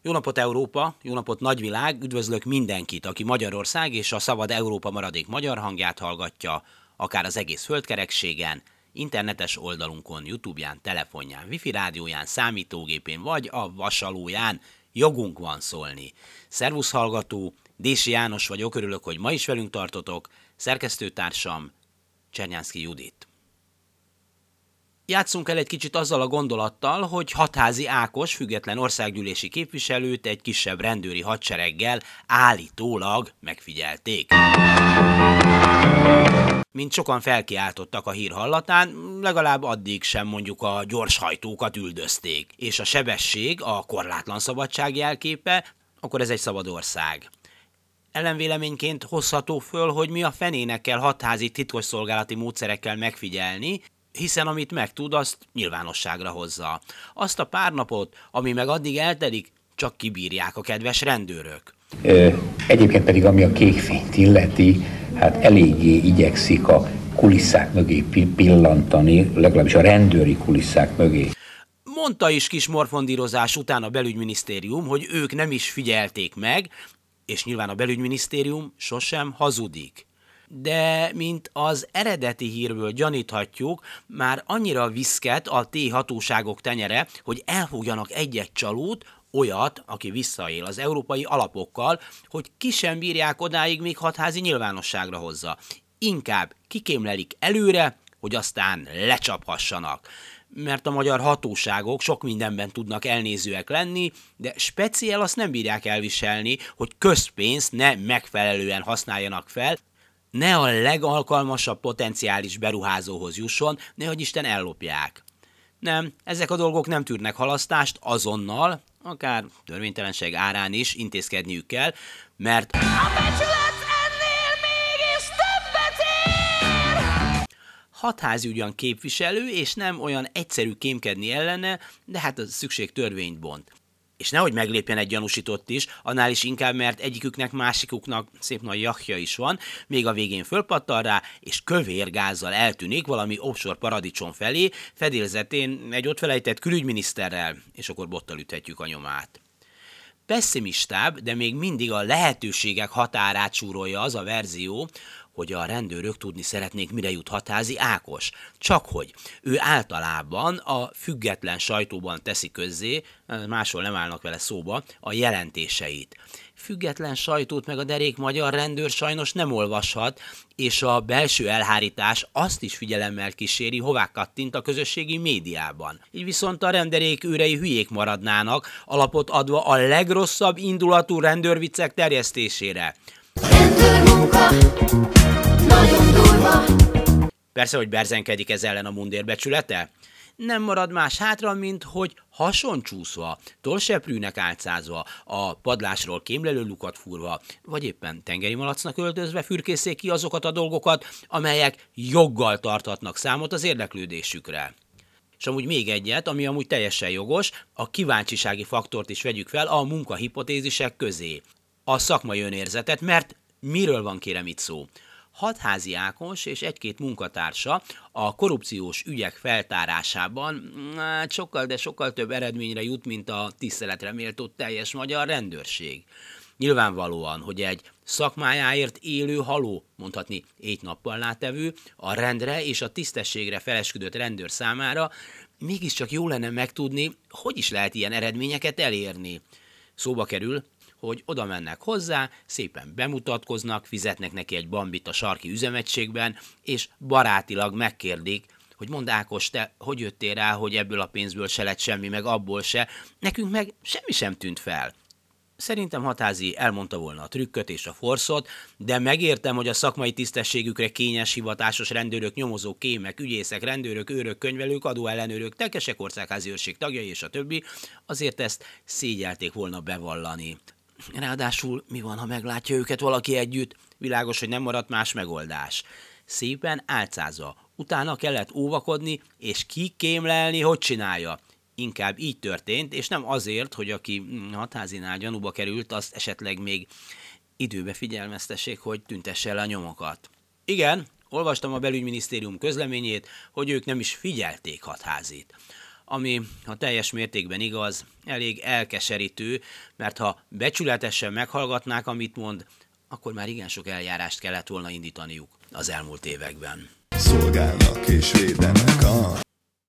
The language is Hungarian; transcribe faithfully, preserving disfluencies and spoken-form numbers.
Jó napot Európa, jó napot nagyvilág, üdvözlök mindenkit, aki Magyarország és a Szabad Európa maradék magyar hangját hallgatja, akár az egész földkerekségen, internetes oldalunkon, YouTube-ján, telefonján, wifi rádióján, számítógépén vagy a vasalóján. Jogunk van szólni. Szervusz hallgató, Dési János vagyok, örülök, hogy ma is velünk tartotok, szerkesztőtársam Csernyánszky Judit. Játsszunk el egy kicsit azzal a gondolattal, hogy Hatházi Ákos független országgyűlési képviselőt egy kisebb rendőri hadsereggel állítólag megfigyelték. Mint sokan felkiáltottak a hír hallatán, legalább addig sem mondjuk a gyorshajtókat üldözték, és a sebesség a korlátlan szabadság jelképe, akkor ez egy szabad ország. Ellenvéleményként hozható föl, hogy mi a fenének kell hatházi titkosszolgálati módszerekkel megfigyelni, hiszen amit megtud, azt nyilvánosságra hozza. Azt a pár napot, ami meg addig eltelik, csak kibírják a kedves rendőrök. Egyébként pedig ami a kékfényt illeti, hát eléggé igyekszik a kulisszák mögé pillantani, legalábbis a rendőri kulisszák mögé. Mondta is kis morfondírozás után a belügyminisztérium, hogy ők nem is figyelték meg, és nyilván a belügyminisztérium sosem hazudik. De mint az eredeti hírből gyaníthatjuk, már annyira viszket a T-hatóságok tenyere, hogy elfogjanak egy-egy csalót, olyat, aki visszaél az európai alapokkal, hogy ki sem bírják odáig, még hatházi nyilvánosságra hozza. Inkább kikémlelik előre, hogy aztán lecsaphassanak. Mert a magyar hatóságok sok mindenben tudnak elnézőek lenni, de speciál azt nem bírják elviselni, hogy közpénzt ne megfelelően használjanak fel, ne a legalkalmasabb potenciális beruházóhoz jusson, nehogy Isten ellopják. Nem, ezek a dolgok nem tűrnek halasztást, azonnal, akár törvénytelenség árán is intézkedniük kell, mert a becsület ennél mégis többet ér! Hatházi ugyan képviselő, és nem olyan egyszerű kémkedni ellene, de hát a szükség törvényt bont. És nehogy meglépjen egy gyanúsított is, annál is inkább, mert egyiküknek, másikuknak szép nagy jachja is van, még a végén fölpattan rá, és kövér gázzal eltűnik valami offshore paradicsom felé, fedélzetén egy ott felejtett külügyminiszterrel, és akkor bottal üthetjük a nyomát. Pessimistább, de még mindig a lehetőségek határát súrolja az a verzió, hogy a rendőrök tudni szeretnék, mire jut Hatházi Ákos. Csakhogy ő általában a független sajtóban teszi közzé, máshol nem állnak vele szóba, a jelentéseit. Független sajtót meg a derék magyar rendőr sajnos nem olvashat, és a belső elhárítás azt is figyelemmel kíséri, hová kattint a közösségi médiában. Így viszont a renderék őrei hülyék maradnának, alapot adva a legrosszabb indulatú rendőrviccek terjesztésére. Rendőrmunka, nagyon durva. Persze, hogy berzenkedik ez ellen a mundérbecsülete? Nem marad más hátra, mint hogy hasoncsúszva, tollseprűnek álcázva, a padlásról kémlelő lukat fúrva, vagy éppen tengeri malacnak öltözve fürkészék ki azokat a dolgokat, amelyek joggal tarthatnak számot az érdeklődésükre. És amúgy még egyet, ami amúgy teljesen jogos, a kíváncsisági faktort is vegyük fel a munkahipotézisek közé. A szakmai önérzetet, mert miről van kérem itt szó? Hatházi Ákos és egy-két munkatársa a korrupciós ügyek feltárásában hát sokkal, de sokkal több eredményre jut, mint a tiszteletre méltó teljes magyar rendőrség. Nyilvánvalóan, hogy egy szakmájáért élő haló, mondhatni éjt-nappal látevő, a rendre és a tisztességre felesküdött rendőr számára mégiscsak jó lenne megtudni, hogy is lehet ilyen eredményeket elérni. Szóba kerül, hogy oda mennek hozzá, szépen bemutatkoznak, fizetnek neki egy bambit a sarki üzemegységben, és barátilag megkérdik, hogy mondd Ákos, te hogy jöttél rá, hogy ebből a pénzből se lett semmi, meg abból se, nekünk meg semmi sem tűnt fel. Szerintem Hatházi elmondta volna a trükköt és a forszot, de megértem, hogy a szakmai tisztességükre kényes hivatásos rendőrök, nyomozók, kémek, ügyészek, rendőrök, őrök, könyvelők, adóellenőrök, tekesek, országházi őrség tagjai és a többi, azért ezt szégyelték volna bevallani. Ráadásul mi van, ha meglátja őket valaki együtt? Világos, hogy nem maradt más megoldás. Szépen álcázza. Utána kellett óvakodni, és kikémlelni, hogy csinálja. Inkább így történt, és nem azért, hogy aki Hatházinál gyanúba került, azt esetleg még időbe figyelmeztessék, hogy tüntesse el a nyomokat. Igen, olvastam a belügyminisztérium közleményét, hogy ők nem is figyelték Hatházit. ami, ha teljes mértékben igaz, elég elkeserítő, mert ha becsületesen meghallgatnák, amit mond, akkor már igen sok eljárást kellett volna indítaniuk az elmúlt években. Szolgálnak és védenek a